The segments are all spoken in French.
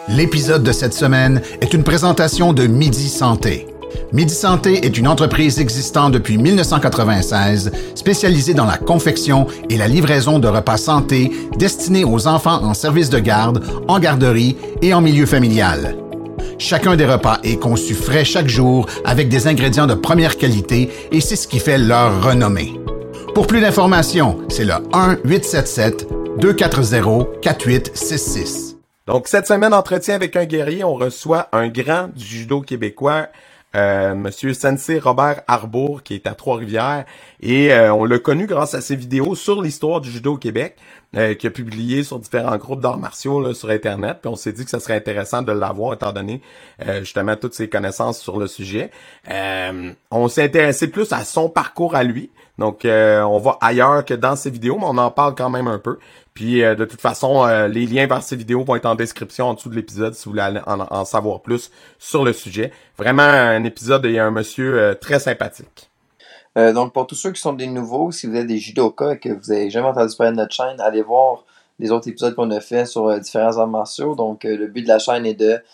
L'épisode de cette semaine est une présentation de Midi Santé. Midi Santé est une entreprise existant depuis 1996, spécialisée dans la confection et la livraison de repas santé destinés aux enfants en service de garde, en garderie et en milieu familial. Chacun des repas est conçu frais chaque jour avec des ingrédients de première qualité et c'est ce qui fait leur renommée. Pour plus d'informations, c'est le 1-877-240-4866. Donc, cette semaine, entretien avec un guerrier, on reçoit un grand du judo québécois, Monsieur Sensei Robert Arbour, qui est à Trois-Rivières, et on l'a connu grâce à ses vidéos sur l'histoire du judo au Québec, qu'il a publié sur différents groupes d'arts martiaux là, sur Internet, puis on s'est dit que ça serait intéressant de l'avoir, étant donné justement toutes ses connaissances sur le sujet. On s'est intéressé plus à son parcours à lui, donc on va ailleurs que dans ses vidéos, mais on en parle quand même un peu. Puis de toute façon, les liens vers ces vidéos vont être en description en dessous de l'épisode si vous voulez en savoir plus sur le sujet. Vraiment un épisode et un monsieur très sympathique. Donc pour tous ceux qui sont des nouveaux, si vous êtes des judokas et que vous n'avez jamais entendu parler de notre chaîne, allez voir les autres épisodes qu'on a fait sur différents arts martiaux. Donc le but de la chaîne est de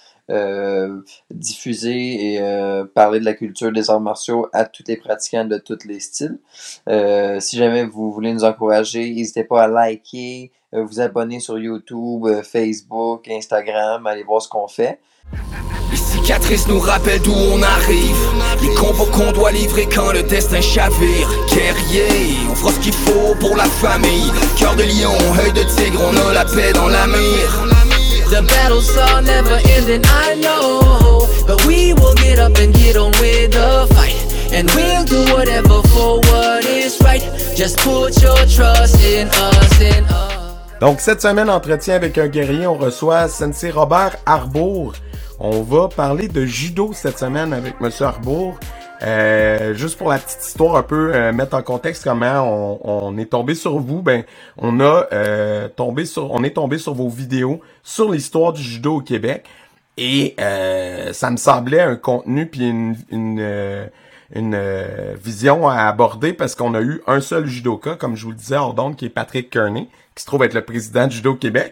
diffuser et parler de la culture des arts martiaux à tous les pratiquants de tous les styles. Si jamais vous voulez nous encourager, n'hésitez pas à liker, vous abonner sur YouTube, Facebook, Instagram, allez voir ce qu'on fait. Les cicatrices nous rappellent d'où on arrive, les combats qu'on doit livrer quand le destin chavire. Guerrier, on fera ce qu'il faut pour la famille. Cœur de lion, œil de tigre, on a la paix dans la mire. The battles are never ending, I know, but we will get up and get on with the fight, and we'll do whatever for what is right. Just put your trust in us, in us. Donc cette semaine, entretien avec un guerrier, on reçoit Sensei Robert Arbour. On va parler de judo cette semaine avec Monsieur Arbour. Juste pour la petite histoire, un peu mettre en contexte comment on est tombé sur vous. Ben, on est tombé sur vos vidéos sur l'histoire du judo au Québec et ça me semblait un contenu puis une vision à aborder parce qu'on a eu un seul judoka, comme je vous le disais hors d'onde, qui est Patrick Kearney, qui se trouve être le président du Judo au Québec.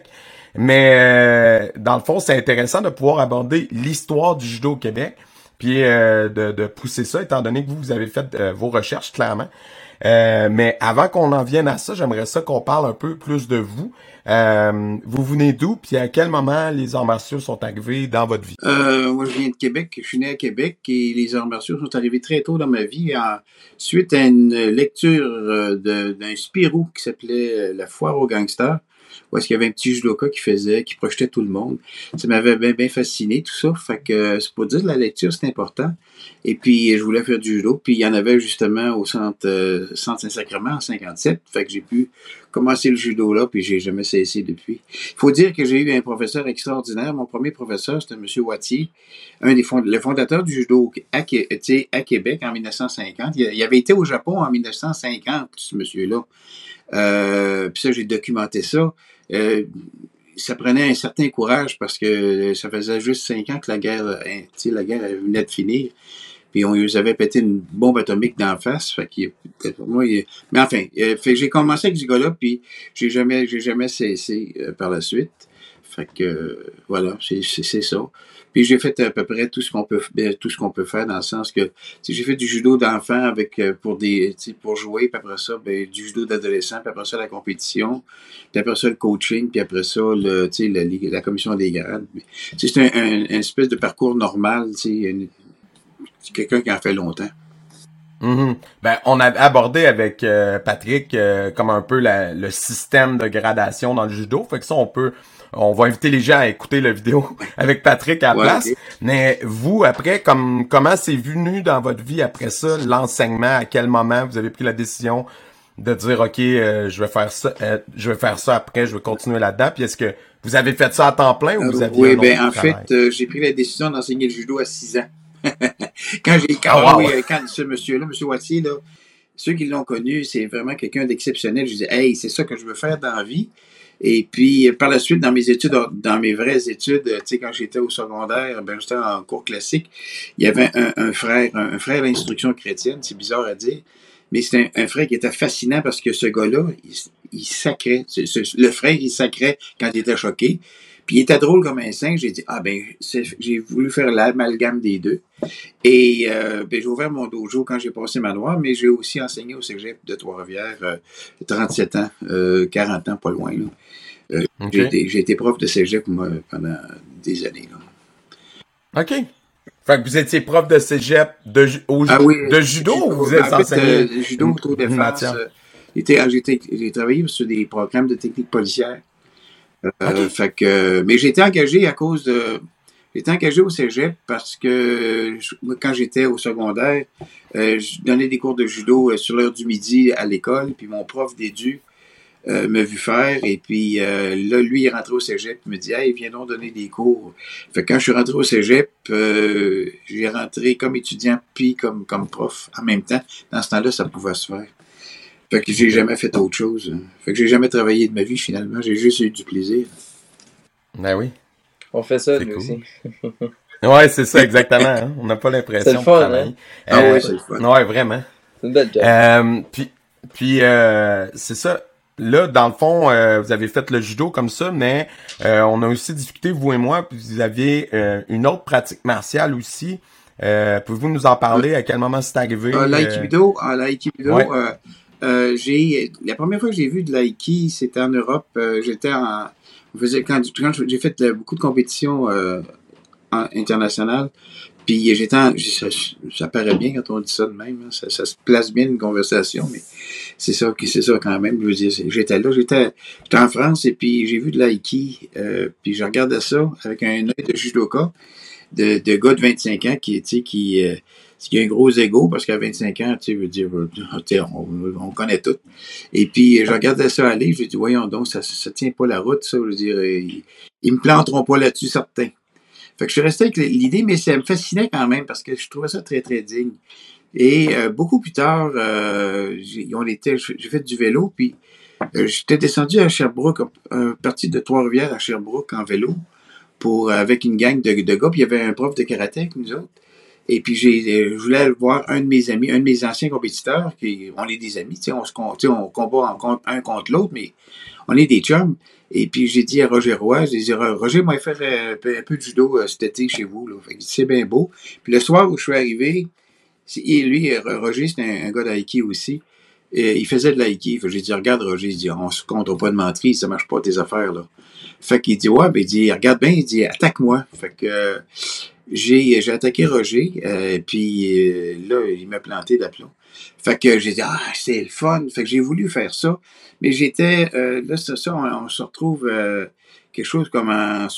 Mais dans le fond, c'est intéressant de pouvoir aborder l'histoire du judo au Québec, puis de pousser ça, étant donné que vous avez fait vos recherches, clairement. Mais avant qu'on en vienne à ça, j'aimerais ça qu'on parle un peu plus de vous. Vous venez d'où, puis à quel moment les arts martiaux sont arrivés dans votre vie? Moi, je viens de Québec. Je suis né à Québec et les arts martiaux sont arrivés très tôt dans ma vie, suite à une lecture d'un Spirou qui s'appelait La Foire aux gangsters, où est-ce qu'il y avait un petit judoka qui projetait tout le monde. Ça m'avait bien fasciné, tout ça. Fait que c'est pour dire la lecture, c'est important. Et puis, je voulais faire du judo. Puis, il y en avait justement au centre Saint-Sacrement en 57. Fait que j'ai pu commencer le judo là, puis j'ai jamais cessé depuis. Il faut dire que j'ai eu un professeur extraordinaire. Mon premier professeur, c'était M. Wattier, le fondateur du judo à Québec en 1950. Il avait été au Japon en 1950, ce monsieur-là. Puis ça, j'ai documenté ça. Ça prenait un certain courage parce que ça faisait juste 5 ans que la guerre venait de finir. Puis on lui avait pété une bombe atomique d'en face. Fait qu'il, mais enfin, fait que j'ai commencé avec ce gars-là, puis j'ai jamais cessé par la suite. Fait que voilà, c'est ça. Puis j'ai fait à peu près tout ce qu'on peut faire dans le sens que j'ai fait du judo d'enfant avec pour jouer, puis après ça du judo d'adolescent, puis après ça la compétition, puis après ça le coaching, puis après ça la commission des grades. C'est un espèce de parcours normal, c'est quelqu'un qui en fait longtemps. Mm-hmm. Ben, on a abordé avec Patrick comme un peu le système de gradation dans le judo. Fait que ça, on va inviter les gens à écouter la vidéo avec Patrick à la place. Okay. Mais vous, après, comment c'est venu dans votre vie après ça, l'enseignement? À quel moment vous avez pris la décision de dire, OK, je vais faire ça après, je vais continuer là-dedans? Puis est-ce que vous avez fait ça à temps plein ou vous aviez en fait, j'ai pris la décision d'enseigner le judo à 6 ans. Quand ce monsieur-là, M. Wattier, là, ceux qui l'ont connu, c'est vraiment quelqu'un d'exceptionnel. Je disais, hey, c'est ça que je veux faire dans la vie. Et puis, par la suite, dans mes vraies études, quand j'étais au secondaire, j'étais en cours classique, il y avait un frère d'instruction chrétienne, c'est bizarre à dire, mais c'était un frère qui était fascinant parce que ce gars-là, il sacrait. Le frère, il sacrait quand il était choqué. Puis il était drôle comme un singe. J'ai dit, j'ai voulu faire l'amalgame des deux. Et j'ai ouvert mon dojo quand j'ai passé ma loi, mais j'ai aussi enseigné au cégep de Trois-Rivières 37 ans, 40 ans, pas loin. Là. Okay. J'ai été prof de cégep moi, pendant des années. Là. OK. Fait que vous étiez prof de cégep de judo ou vous êtes enseigné judo, autodéfense. J'ai travaillé sur des programmes de technique policière. Okay. Fait que, mais j'ai été engagé à cause de... J'étais engagé au cégep parce que quand j'étais au secondaire, je donnais des cours de judo sur l'heure du midi à l'école, puis mon prof d'édu m'a vu faire, et puis là, lui, il est rentré au cégep, il me dit « Hey, viens donc donner des cours ». Fait que quand je suis rentré au cégep, j'ai rentré comme étudiant puis comme prof en même temps. Dans ce temps-là, ça pouvait se faire. Fait que j'ai jamais fait autre chose. Fait que j'ai jamais travaillé de ma vie, finalement. J'ai juste eu du plaisir. Ben oui. On fait ça, nous aussi. Ouais, c'est ça, exactement. Hein? On n'a pas l'impression de travailler. Hein? Oui, c'est le fun. Ouais, vraiment. C'est une belle job. Puis c'est ça. Là, dans le fond, vous avez fait le judo comme ça, mais on a aussi discuté, vous et moi, puis vous aviez une autre pratique martiale aussi. Pouvez-vous nous en parler? À quel moment c'est arrivé? L'aïkido. Ouais. La première fois que j'ai vu de l'aïki, c'était en Europe. Quand j'ai fait beaucoup de compétitions internationales, puis ça paraît bien quand on dit ça de même, hein, ça se place bien une conversation, mais c'est ça quand même. Je veux dire, j'étais en France et puis j'ai vu de l'aïki, puis je regardais ça avec un œil de judoka, de gars de 25 ans qui a un gros ego, parce qu'à 25 ans, tu veux dire, on connaît tout. Et puis, je regardais ça aller, je lui dis, voyons donc, ça tient pas la route, ça, je veux dire, ils me planteront pas là-dessus, certains. Fait que je suis resté avec l'idée, mais ça me fascinait quand même, parce que je trouvais ça très, très digne. Et beaucoup plus tard, j'ai fait du vélo, puis j'étais descendu à Sherbrooke, parti de Trois-Rivières à Sherbrooke en vélo, avec une gang de gars, puis il y avait un prof de karaté avec nous autres. Et puis je voulais aller voir un de mes amis, un de mes anciens compétiteurs, on est des amis, on combat un contre l'autre, mais on est des chums. Et puis j'ai dit à Roger Roy, Roger, moi, faire un peu de judo cet été chez vous. Là. Fait que c'est bien beau. Puis le soir où je suis arrivé, Roger, c'est un gars d'aïki aussi. Et il faisait de l'aïki. J'ai dit, regarde, Roger, il dit, on se compte pas de mentir, ça marche pas tes affaires, là. Fait qu'il dit, ouais, ben, il dit, regarde bien, il dit, attaque-moi. Fait que, j'ai attaqué Roger, puis là, il m'a planté d'aplomb. Fait que j'ai dit, c'est le fun. Fait que j'ai voulu faire ça. Mais j'étais, là, c'est ça, on se retrouve quelque chose comme en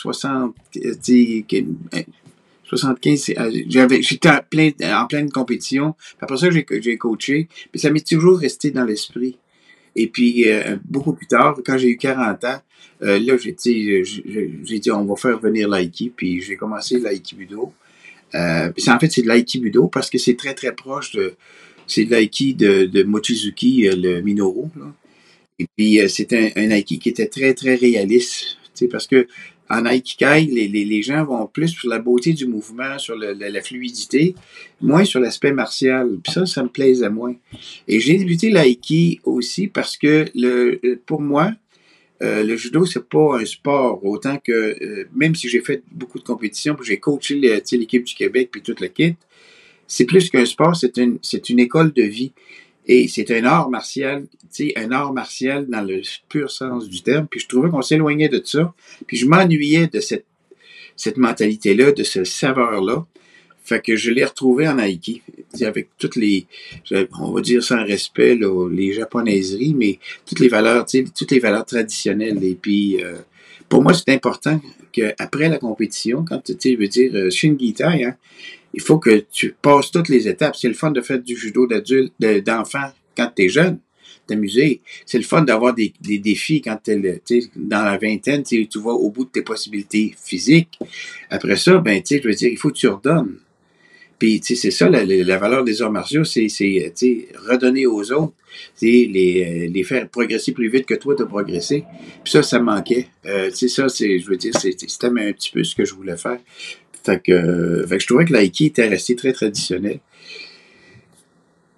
75, j'étais en pleine compétition. Puis après ça, j'ai coaché. Puis ça m'est toujours resté dans l'esprit. Et puis, beaucoup plus tard, quand j'ai eu 40 ans, là, j'ai dit, on va faire venir l'aïki. Puis j'ai commencé l'aïkibudo. Puis c'est de l'aïkibudo parce que c'est très, très proche c'est de l'aïki de Mochizuki, le Minoru, là. Et puis, c'est un aïki qui était très, très réaliste. Parce que en aïkikai, les gens vont plus sur la beauté du mouvement, sur la fluidité, moins sur l'aspect martial. Puis ça me plaisait moins. Et j'ai débuté l'aïki aussi parce que pour moi, le judo, c'est pas un sport. Autant que, même si j'ai fait beaucoup de compétitions, puis j'ai coaché l'équipe du Québec, puis toute l'équipe, c'est plus qu'un sport, c'est une école de vie. Et c'est un art martial, un art martial dans le pur sens du terme. Puis je trouvais qu'on s'éloignait de ça. Puis je m'ennuyais de cette mentalité-là, de ce saveur-là. Fait que je l'ai retrouvé en Aïki, avec on va dire sans respect, là, les japonaiseries, mais toutes les valeurs traditionnelles. Et puis, pour moi, c'est important qu'après la compétition, quand tu veux dire Shingitai, hein, il faut que tu passes toutes les étapes. C'est le fun de faire du judo d'enfant quand t'es jeune, t'amuser. C'est le fun d'avoir des défis quand t'es dans la vingtaine, tu vas au bout de tes possibilités physiques. Après ça, ben, je veux dire, il faut que tu redonnes. Puis, c'est ça, la valeur des arts martiaux, c'est redonner aux autres, les faire progresser plus vite que toi t'as progressé. Puis ça me manquait. Je veux dire, c'était un petit peu ce que je voulais faire. Fait que je trouvais que l'aïki était resté très traditionnel.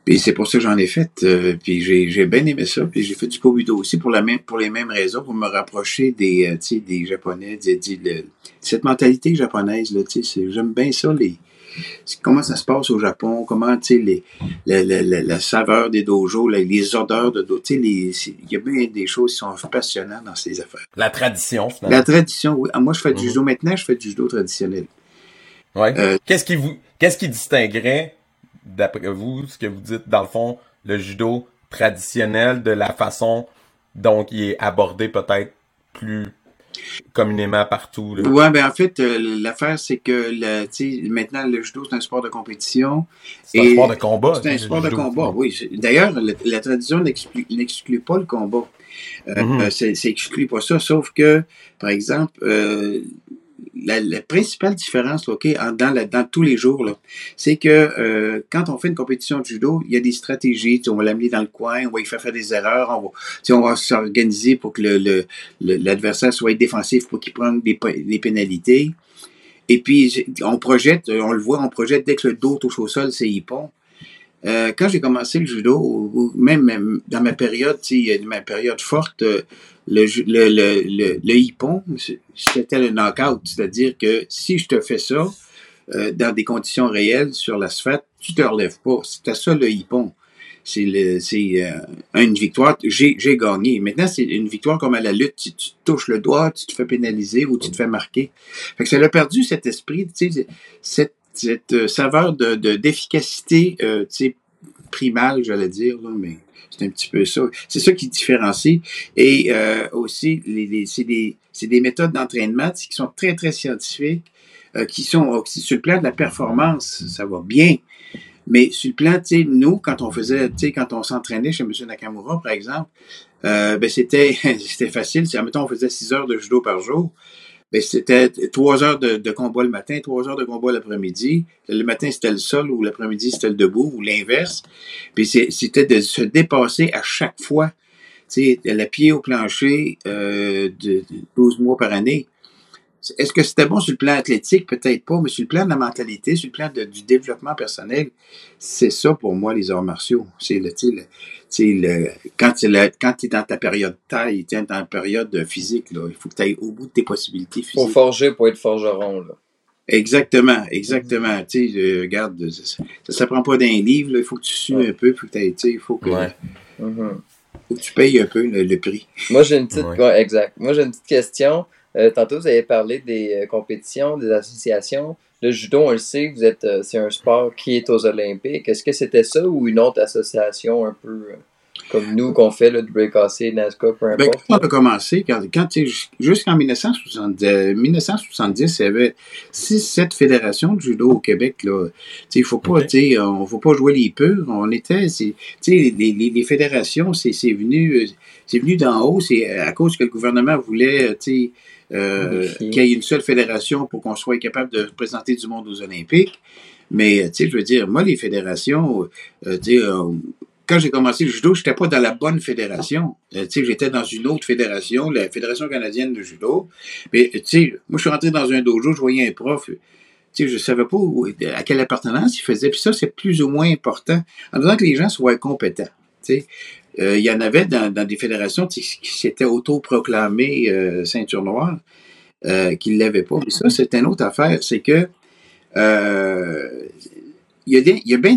Puis c'est pour ça que j'en ai fait. Puis j'ai bien aimé ça. Puis j'ai fait du Kobudo aussi pour les mêmes raisons, pour me rapprocher des des Japonais, cette mentalité japonaise là. J'aime bien ça comment ça se passe au Japon, comment la saveur des dojos, les odeurs de dojo. Il y a bien des choses qui sont passionnantes dans ces affaires. La tradition, finalement. La tradition, oui. Moi, je fais du judo maintenant. Je fais du judo traditionnel. Ouais. Qu'est-ce qui distinguerait, d'après vous, ce que vous dites, dans le fond, le judo traditionnel de la façon dont il est abordé peut-être plus communément partout, là? Ouais, ben en fait, l'affaire, c'est que maintenant, le judo, c'est un sport de compétition. C'est un sport de combat. C'est un sport de combat, oui. D'ailleurs, la tradition n'exclut pas le combat. C'est exclut pas ça, sauf que, par exemple, la principale différence, là, dans tous les jours, là, c'est que quand on fait une compétition de judo, il y a des stratégies. On va l'amener dans le coin, on va y faire des erreurs, on va s'organiser pour que l'adversaire soit défensif, pour qu'il prenne des pénalités. Et puis, on projette dès que le dos touche au sol, c'est ippon. Quand j'ai commencé le judo, ou même dans ma période, ma période forte, le ippon, c'était le knockout. C'est-à-dire que si je te fais ça, dans des conditions réelles sur l'asphalte, tu te relèves pas. C'était ça le ippon. C'est une victoire. J'ai gagné. Maintenant, c'est une victoire comme à la lutte. Tu touches le doigt, tu te fais pénaliser ou tu te fais marquer. Fait que ça a perdu cet esprit, cette saveur d'efficacité primale, j'allais dire, là, mais c'est un petit peu ça. C'est ça qui différencie. Et aussi, c'est des méthodes d'entraînement qui sont très, très scientifiques, qui sont sur le plan de la performance, ça va bien. Mais sur le plan, nous, quand on s'entraînait chez M. Nakamura, par exemple, c'était facile. Admettons, on faisait 6 heures de judo par jour. Ben, c'était 3 heures de combat le matin, 3 heures de combat l'après-midi. Le matin, c'était le sol, ou l'après-midi, c'était le debout, ou l'inverse. Puis c'était de se dépasser à chaque fois. Tu sais, le pied au plancher de 12 mois par année. Est-ce que c'était bon sur le plan athlétique? Peut-être pas, mais sur le plan de la mentalité, sur le plan du développement personnel, c'est ça pour moi, les arts martiaux. C'est quand tu es dans ta période taille, tu es dans ta période physique, là, il faut que tu ailles au bout de tes possibilités physiques. Faut forger pour être forgeron, là. Exactement. Tu sais, regarde, ça prend pas d'un livre, là, il faut que tu sues un peu, il faut que tu payes un peu le prix. Moi, j'ai une petite... exact. Moi, j'ai une petite question. Tantôt, vous avez parlé des compétitions, des associations. Le judo, on le sait, c'est un sport qui est aux Olympiques. Est-ce que c'était ça ou une autre association un peu comme nous qu'on fait, là, du break-AC, NASCA, peu importe? Quand on a commencé, jusqu'en 1970, il y avait 6-7 fédérations de judo au Québec. Il faut pas, on faut pas jouer les purs. Les fédérations, c'est venu d'en haut. C'est à cause que le gouvernement voulait, qu'il y ait une seule fédération pour qu'on soit capable de représenter du monde aux Olympiques. Mais, je veux dire, moi, les fédérations, quand j'ai commencé le judo, j'étais pas dans la bonne fédération. J'étais dans une autre fédération, la Fédération canadienne de judo. Mais, moi, je suis rentré dans un dojo, je voyais un prof. Je savais pas à quelle appartenance il faisait. Puis ça, c'est plus ou moins important. En disant que les gens soient compétents. Il y en avait dans des fédérations qui s'étaient autoproclamées ceinture noire, qui ne l'avaient pas. Mais ça, c'est une autre affaire. C'est que il y a bien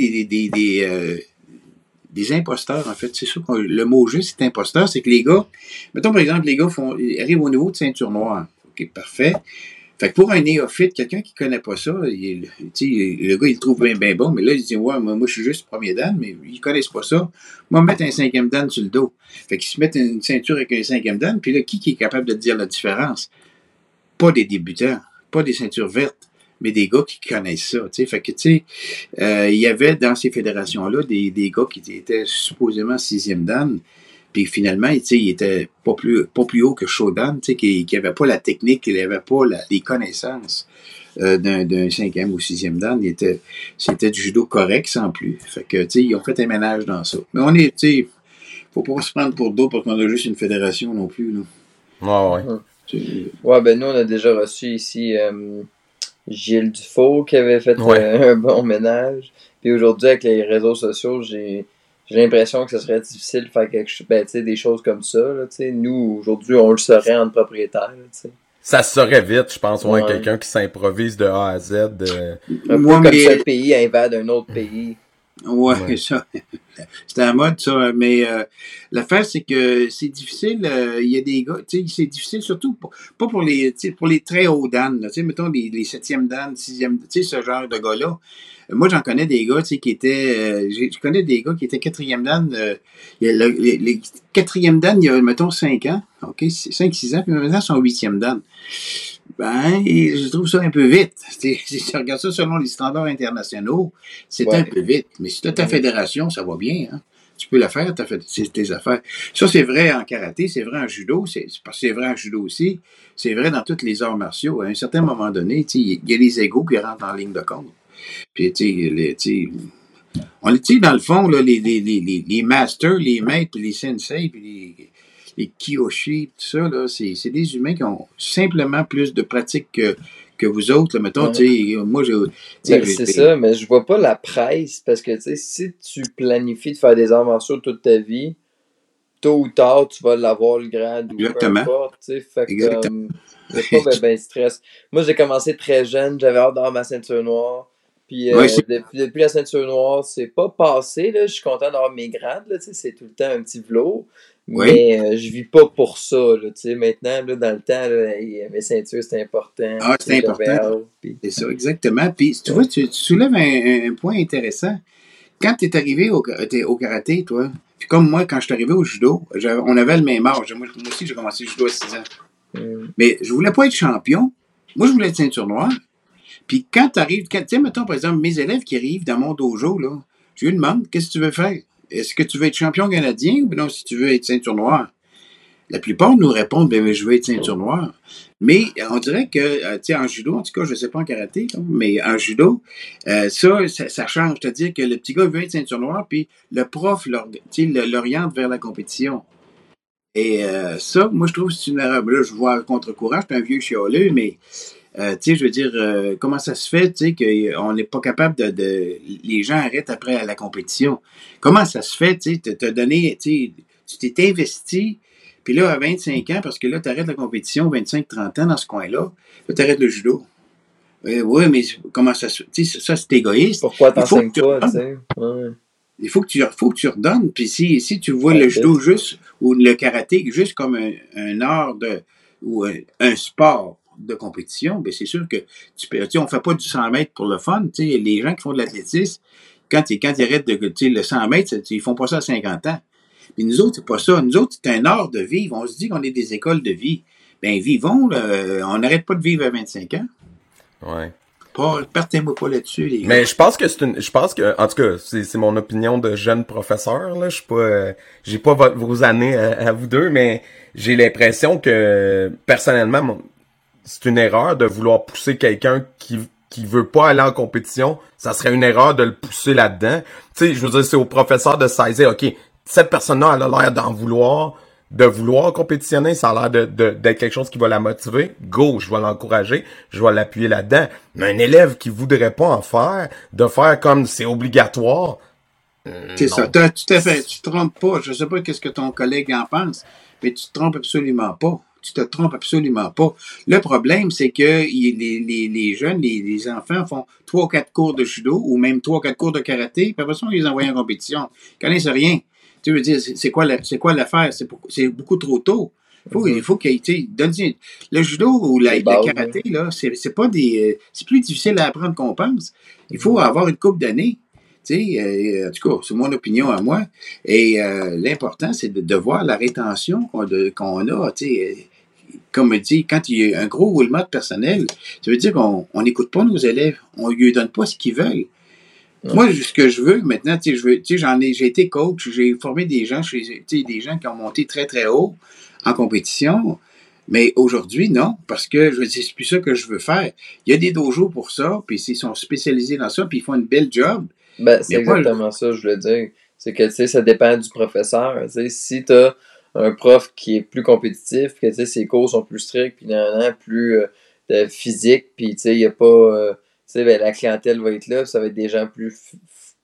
des imposteurs, en fait. C'est sûr que le mot juste, c'est imposteur. C'est que les gars, mettons par exemple, les gars arrivent au niveau de ceinture noire. OK, parfait. Fait que pour un néophyte, quelqu'un qui connaît pas ça, le gars, il le trouve bien bon, mais là, il dit, ouais, moi, je suis juste premier dan, mais ils connaissent pas ça. Moi, mettre un 5e dan sur le dos. Fait qu'ils se mettent une ceinture avec un 5e dan, puis là, qui est capable de dire la différence? Pas des débutants, pas des ceintures vertes, mais des gars qui connaissent ça, tu sais. Fait que, il y avait dans ces fédérations-là des gars qui étaient supposément 6e dan, puis finalement, il était pas plus haut que Shodan, qui avait pas la technique, il avait pas les connaissances d'un 5e ou 6e dan. C'était du judo correct sans plus. Fait que, ils ont fait un ménage dans ça. Mais on est, faut pas se prendre pour d'autres parce qu'on a juste une fédération non plus, là. Ouais. Ouais, ben nous, on a déjà reçu ici Gilles Dufault qui avait fait un bon ménage. Puis aujourd'hui, avec les réseaux sociaux, j'ai l'impression que ce serait difficile de faire des choses comme ça. Là, nous, aujourd'hui, on le saurait entre propriétaires. Là, Ça se saurait vite, je pense, ouais. Quelqu'un qui s'improvise de A à Z. Un peu comme si un pays invade un autre pays. Ouais, ça. C'était à mode, ça. Mais l'affaire, c'est que c'est difficile. Il y a des gars, tu sais, c'est difficile surtout pas pour les très hauts dan. Tu sais, mettons les 7e dan, 6e, tu sais, ce genre de gars-là. Moi, j'en connais des gars, tu sais, qui étaient. Je connais des gars qui étaient 4e dan. Les 4e dan, il y a, mettons, 5 ans. OK? 5-6 ans, puis maintenant, ils sont 8e dan. Ben, je trouve ça un peu vite. Si tu regardes ça selon les standards internationaux, c'est un peu vite. Mais si tu as ta fédération, ça va bien. Hein? Tu peux la faire, c'est tes affaires. Ça, c'est vrai en karaté, c'est vrai en judo, c'est vrai en judo aussi, c'est vrai dans tous les arts martiaux. À un certain moment donné, il y a les égos qui rentrent en ligne de compte. Puis, on est, dans le fond, là, les masters, les maîtres, puis les sensei, puis les kiyoshi, tout ça, là, c'est des humains qui ont simplement plus de pratique que vous autres. Là, mettons, moi, c'est ça, mais je vois pas la presse, parce que, si tu planifies de faire des arts martiaux toute ta vie, tôt ou tard, tu vas l'avoir le grade ou peu importe, fait que, il n'y a pas ben stress. Moi, j'ai commencé très jeune, j'avais hâte d'avoir ma ceinture noire. Puis depuis la ceinture noire, c'est pas passé, là. Je suis content d'avoir mes grades, là, c'est tout le temps un petit velours. Mais je vis pas pour ça, là, maintenant, là, dans le temps, là, mes ceintures, c'est important. Ah, c'est important. C'est ça, exactement. Puis, tu vois, tu soulèves un point intéressant. Quand tu es arrivé au karaté, toi, puis comme moi, quand je suis arrivé au judo, on avait le même âge. Moi aussi, j'ai commencé le judo à 6 ans. Mais je voulais pas être champion. Moi, je voulais être ceinture noire. Puis quand tu arrives, tu sais, mettons, par exemple, mes élèves qui arrivent dans mon dojo, là, je lui demande, qu'est-ce que tu veux faire? Est-ce que tu veux être champion canadien ou non, si tu veux être ceinture noire? La plupart nous répondent, ben, je veux être ceinture noire. Mais on dirait que, tu sais, en judo, en tout cas, je ne sais pas en karaté, là, mais en judo, ça change. C'est-à-dire que le petit gars veut être ceinture noire, puis le prof l'oriente vers la compétition. Et ça, moi, je trouve que c'est une erreur. Là, je vois contre-courant, je suis un vieux chialeux, mais tu sais, je veux dire, comment ça se fait, tu sais, qu'on n'est pas capable les gens arrêtent après à la compétition. Comment ça se fait, tu sais, t'as donné, tu t'es investi, puis là, à 25 ans, parce que là, t'arrêtes la compétition, 25-30 ans dans ce coin-là, là, t'arrêtes le judo. Oui, mais comment ça se fait? Tu sais, ça, c'est égoïste. Pourquoi t'enseignes pas, tu sais? Ouais. Il faut que tu redonnes. Puis si tu vois le judo juste, ou le karaté juste comme un art ou un sport de compétition, ben c'est sûr que on fait pas du 100 mètres pour le fun. Les gens qui font de l'athlétisme, quand ils arrêtent le 100 mètres, ils font pas ça à 50 ans. Mais nous autres, c'est pas ça. Nous autres, c'est un art de vivre. On se dit qu'on est des écoles de vie. Ben vivons, là, on n'arrête pas de vivre à 25 ans. Ouais. Partez-moi pas là-dessus, les gars. Mais je pense que en tout cas, c'est mon opinion de jeune professeur, là. Je suis pas, j'ai pas vos années à vous deux, mais j'ai l'impression que, personnellement, c'est une erreur de vouloir pousser quelqu'un qui veut pas aller en compétition. Ça serait une erreur de le pousser là-dedans. Tu sais, je veux dire, c'est au professeur de saisir, OK, cette personne-là, elle a l'air de vouloir compétitionner, ça a l'air d'être quelque chose qui va la motiver. Go, je vais l'encourager, je vais l'appuyer là-dedans. Mais un élève qui voudrait pas en faire, de faire comme c'est obligatoire. C'est ça, tout à fait. Tu te trompes pas. Je sais pas qu'est-ce que ton collègue en pense, mais tu te trompes absolument pas. Tu te trompes absolument pas. Le problème, c'est que les jeunes, les enfants font 3 ou 4 cours de judo ou même 3 ou 4 cours de karaté, puis après ça, on les envoie en compétition. Ils connaissent rien. Tu veux dire, c'est quoi l'affaire? C'est beaucoup trop tôt. Il faut qu'il y ait, le judo ou le karaté, là, c'est pas c'est plus difficile à apprendre qu'on pense. Il faut avoir une couple d'années. En tout cas, c'est mon opinion à moi. Et l'important, c'est de voir la rétention qu'on a. Comme je dis, quand il y a un gros roulement de personnel, ça veut dire qu'on n'écoute pas nos élèves. On ne lui donne pas ce qu'ils veulent. Moi, ce que je veux maintenant, j'ai été coach, j'ai formé des gens, des gens qui ont monté très, très haut en compétition. Mais aujourd'hui, non, parce que c'est plus ça que je veux faire. Il y a des dojos pour ça, puis ils sont spécialisés dans ça, puis ils font une belle job. Ben, c'est exactement ça, je voulais dire. C'est que, ça dépend du professeur. Si tu as un prof qui est plus compétitif, que, ses cours sont plus stricts, puis plus physique, puis, il n'y a pas... la clientèle va être là, ça va être des gens plus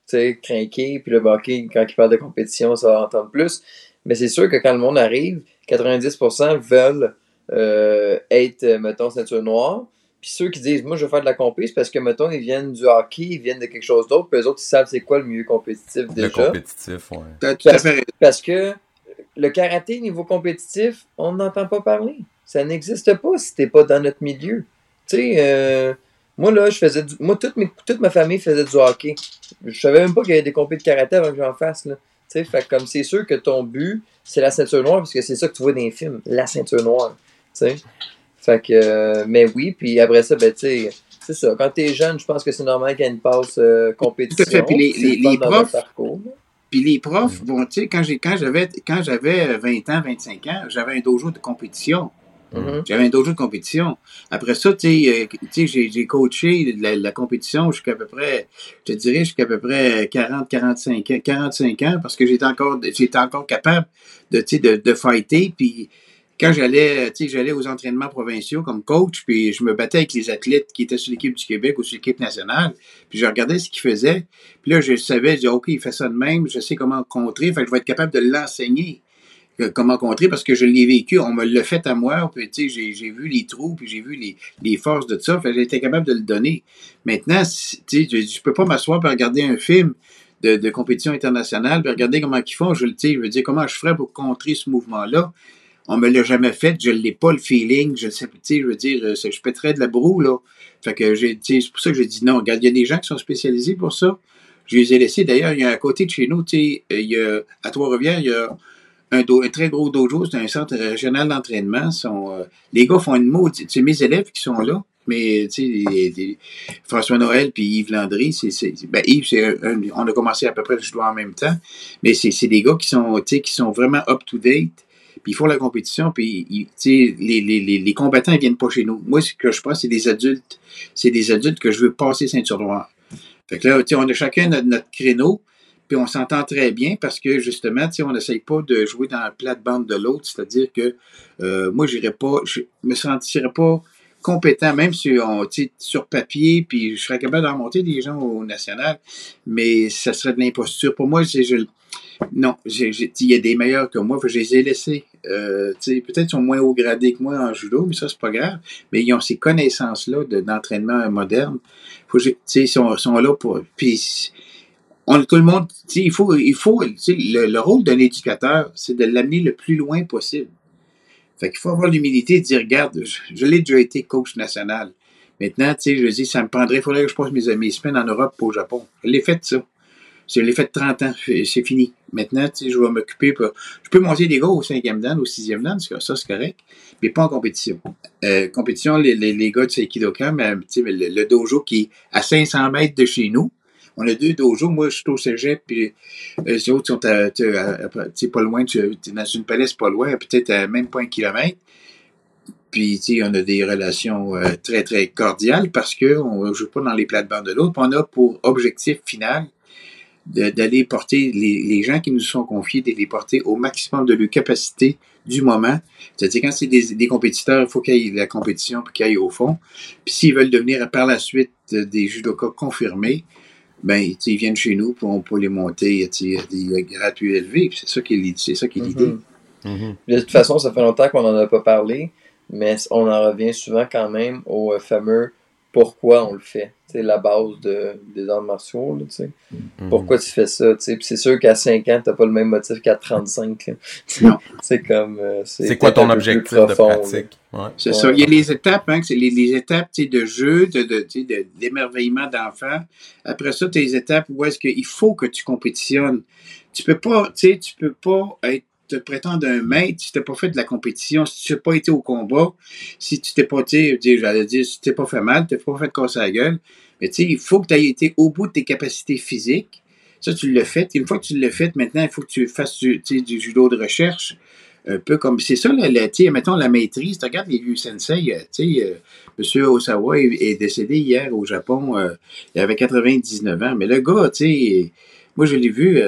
sais, crinqué, puis le hockey, quand il parle de compétition, ça va entendre plus. Mais c'est sûr que quand le monde arrive, 90% veulent être, mettons, ceinture noire. Puis ceux qui disent, moi, je veux faire de la compé, c'est parce que, mettons, ils viennent du hockey, ils viennent de quelque chose d'autre, puis eux autres, ils savent c'est quoi le milieu compétitif déjà. Le compétitif, ouais. T'as tout à fait Parce que le karaté, niveau compétitif, on n'entend pas parler. Ça n'existe pas si t'es pas dans notre milieu. Tu sais, moi, là, toute ma famille faisait du hockey. Je savais même pas qu'il y avait des compés de karaté avant que j'en fasse, là. Tu sais, fait que comme c'est sûr que ton but, c'est la ceinture noire, parce que c'est ça que tu vois dans les films, la ceinture noire. Tu sais. Fait que, mais oui, puis après ça, ben, tu sais, c'est ça. Quand t'es jeune, je pense que c'est normal qu'il y ait une passe compétition. Tout à fait. Puis les profs, parcours. puis les profs, bon, tu sais, quand j'avais 20 ans, 25 ans, j'avais un dojo de compétition. J'avais un dojo de compétition. Après ça, tu sais, j'ai coaché la compétition jusqu'à peu près, je te dirais, jusqu'à peu près 45 ans, parce que j'étais encore capable de fighter, puis quand j'allais aux entraînements provinciaux comme coach, puis je me battais avec les athlètes qui étaient sur l'équipe du Québec ou sur l'équipe nationale, puis je regardais ce qu'ils faisaient, puis là, je savais, je disais, OK, il fait ça de même, je sais comment contrer, fait que je vais être capable de l'enseigner comment contrer parce que je l'ai vécu, on me l'a fait à moi, puis tu sais, j'ai vu les trous, puis j'ai vu les forces de ça, fait que j'ai été capable de le donner. Maintenant, tu sais, je peux pas m'asseoir et regarder un film de compétition internationale, puis regarder comment ils font, je veux dire, comment je ferais pour contrer ce mouvement-là. On me l'a jamais fait, je l'ai pas le feeling, je sais, tu sais, je veux dire, je pèterais de la broue, là. Fait que c'est pour ça que j'ai dit non. Regarde, il y a des gens qui sont spécialisés pour ça. Je les ai laissés. D'ailleurs, il y a à côté de chez nous, tu sais, il y a, à Trois-Rivières, il y a un très gros dojo, c'est un centre régional d'entraînement. Les gars font une maudite. C'est mes élèves qui sont là, mais tu sais, François Noël puis Yves Landry, Yves, on a commencé à peu près je dois en même temps, mais c'est des gars qui sont vraiment up to date. Puis ils font la compétition, puis les combattants ils viennent pas chez nous. Moi, ce que je pense, c'est des adultes. C'est des adultes que je veux passer ceinture noire. Fait que là, on a chacun notre créneau. Puis on s'entend très bien parce que justement, on n'essaye pas de jouer dans la plate-bande de l'autre. C'est-à-dire que moi, je me sentirais pas compétent, même si sur papier, puis je serais capable d'en monter des gens au national, mais ça serait de l'imposture. Pour moi, non, il y a des meilleurs que moi, je les ai laissés. Peut-être qu'ils sont moins haut gradés que moi en judo, mais ça, c'est pas grave. Mais ils ont ces connaissances-là d'entraînement moderne. Ils sont là pour... Puis, tout le monde, il faut le rôle d'un éducateur, c'est de l'amener le plus loin possible. Fait qu'il faut avoir l'humilité de dire, regarde, je l'ai déjà été coach national. Maintenant, je dis, ça me prendrait, il faudrait que je passe mes semaines en Europe ou au Japon. Je l'ai fait, ça. Je l'ai fait 30 ans, c'est fini. Maintenant, je vais m'occuper. Je peux monter des gars au 5e dan, au 6e dan, ça c'est correct, mais pas en compétition. Compétition, les gars de Seikidokan, le dojo qui est à 500 mètres de chez nous. On a 2 dojos. Moi, je suis au cégep, puis les autres sont pas loin. Tu es dans une palais, pas loin, peut-être à même pas 1 kilomètre. Puis, on a des relations très, très cordiales parce qu'on ne joue pas dans les plates-bandes de l'autre. On a pour objectif final d'aller porter les gens qui nous sont confiés, de les porter au maximum de leur capacité du moment. C'est-à-dire, quand c'est des compétiteurs, il faut qu'ils aient la compétition puis qu'ils aillent au fond. Puis, s'ils veulent devenir par la suite des judokas confirmés, ben, ils viennent chez nous pour on peut les monter à des grades plus élevés. C'est ça qui est l'idée. De toute façon, ça fait longtemps qu'on n'en a pas parlé, mais on en revient souvent quand même au fameux pourquoi on le fait. C'est la base des arts martiaux. Là, pourquoi tu fais ça? Puis c'est sûr qu'à 5 ans, tu n'as pas le même motif qu'à 35. Non. C'est comme. C'est quoi ton objectif de pratique? Ouais. C'est ça. Il y a les étapes, c'est les étapes de jeu, d'émerveillement d'enfant. Après ça, tu as les étapes où est-ce qu'il faut que tu compétitionnes. Tu peux pas te prétendre un maître si tu n'as pas fait de la compétition, si tu n'as pas été au combat, si tu t'es pas, si tu t'es pas fait mal, tu n'as pas fait casser la gueule. Mais il faut que tu aies été au bout de tes capacités physiques. Ça, tu l'as fait. Une fois que tu l'as fait, maintenant, il faut que tu fasses du judo de recherche. Un peu comme, c'est ça, mettons la maîtrise. Tu regardes les vieux sensei, M. Osawa est décédé hier au Japon, il avait 99 ans. Mais le gars, moi, je l'ai vu,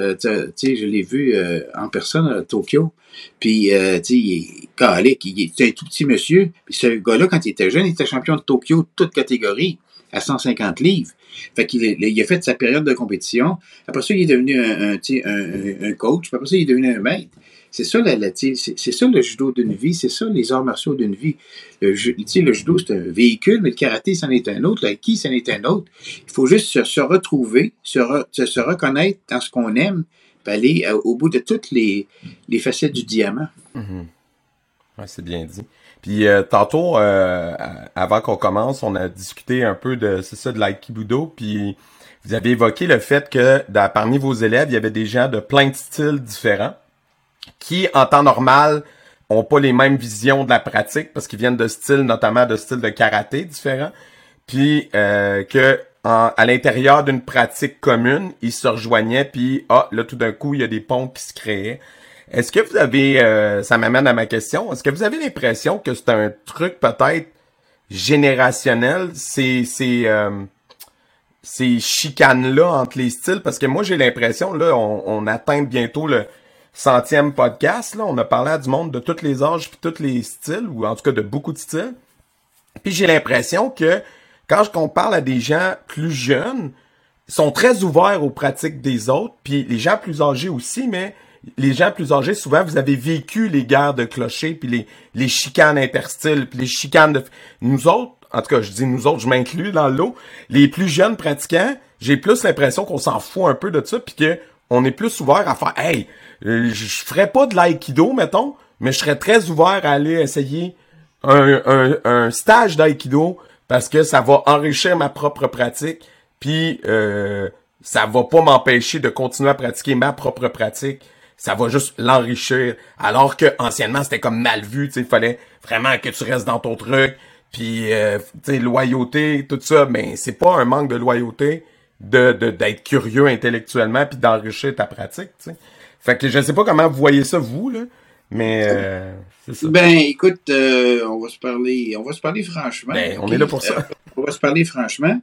en personne à Tokyo. Puis, il est un tout petit monsieur. Puis ce gars-là, quand il était jeune, il était champion de Tokyo, toute catégorie. à 150 livres. Fait qu'il a fait sa période de compétition. Après ça, il est devenu un coach. Puis après ça, il est devenu un maître. C'est ça, c'est ça le judo d'une vie. C'est ça les arts martiaux d'une vie. Le judo, c'est un véhicule, mais le karaté, c'en est un autre. L'aiki, c'en est un autre. Il faut juste se retrouver, se reconnaître dans ce qu'on aime, puis aller au bout de toutes les facettes du diamant. Mm-hmm. Ouais, c'est bien dit. Puis tantôt, avant qu'on commence, on a discuté un peu de l'aïkido, puis vous avez évoqué le fait que parmi vos élèves, il y avait des gens de plein de styles différents qui, en temps normal, ont pas les mêmes visions de la pratique parce qu'ils viennent de styles, notamment de styles de karaté différents, puis à l'intérieur d'une pratique commune, ils se rejoignaient, puis là, tout d'un coup, il y a des ponts qui se créaient. Est-ce que vous avez, ça m'amène à ma question, est-ce que vous avez l'impression que c'est un truc peut-être générationnel, ces chicanes-là entre les styles? Parce que moi, j'ai l'impression, là, on atteint bientôt le 100e podcast, là, on a parlé à du monde de tous les âges puis tous les styles, ou en tout cas de beaucoup de styles. Puis j'ai l'impression que quand on parle à des gens plus jeunes, ils sont très ouverts aux pratiques des autres, puis les gens plus âgés aussi, mais les gens plus âgés, souvent, vous avez vécu les guerres de clochers, puis les chicanes interstyles, puis les chicanes de... Nous autres, en tout cas, je dis nous autres, je m'inclus dans le lot, les plus jeunes pratiquants, j'ai plus l'impression qu'on s'en fout un peu de ça, puis que on est plus ouvert à faire « Hey, je ferais pas de l'aïkido, mettons, mais je serais très ouvert à aller essayer un stage d'aïkido parce que ça va enrichir ma propre pratique, puis ça va pas m'empêcher de continuer à pratiquer ma propre pratique. Ça va juste l'enrichir. Alors que anciennement, c'était comme mal vu, tu sais, il fallait vraiment que tu restes dans ton truc, puis tu sais, loyauté, tout ça, mais c'est pas un manque de loyauté d'être curieux intellectuellement puis d'enrichir ta pratique, tu sais. Fait que je sais pas comment vous voyez ça, vous, là, mais c'est ça. Ben, écoute, on va se parler franchement. Ben, on est là pour ça. On va se parler franchement.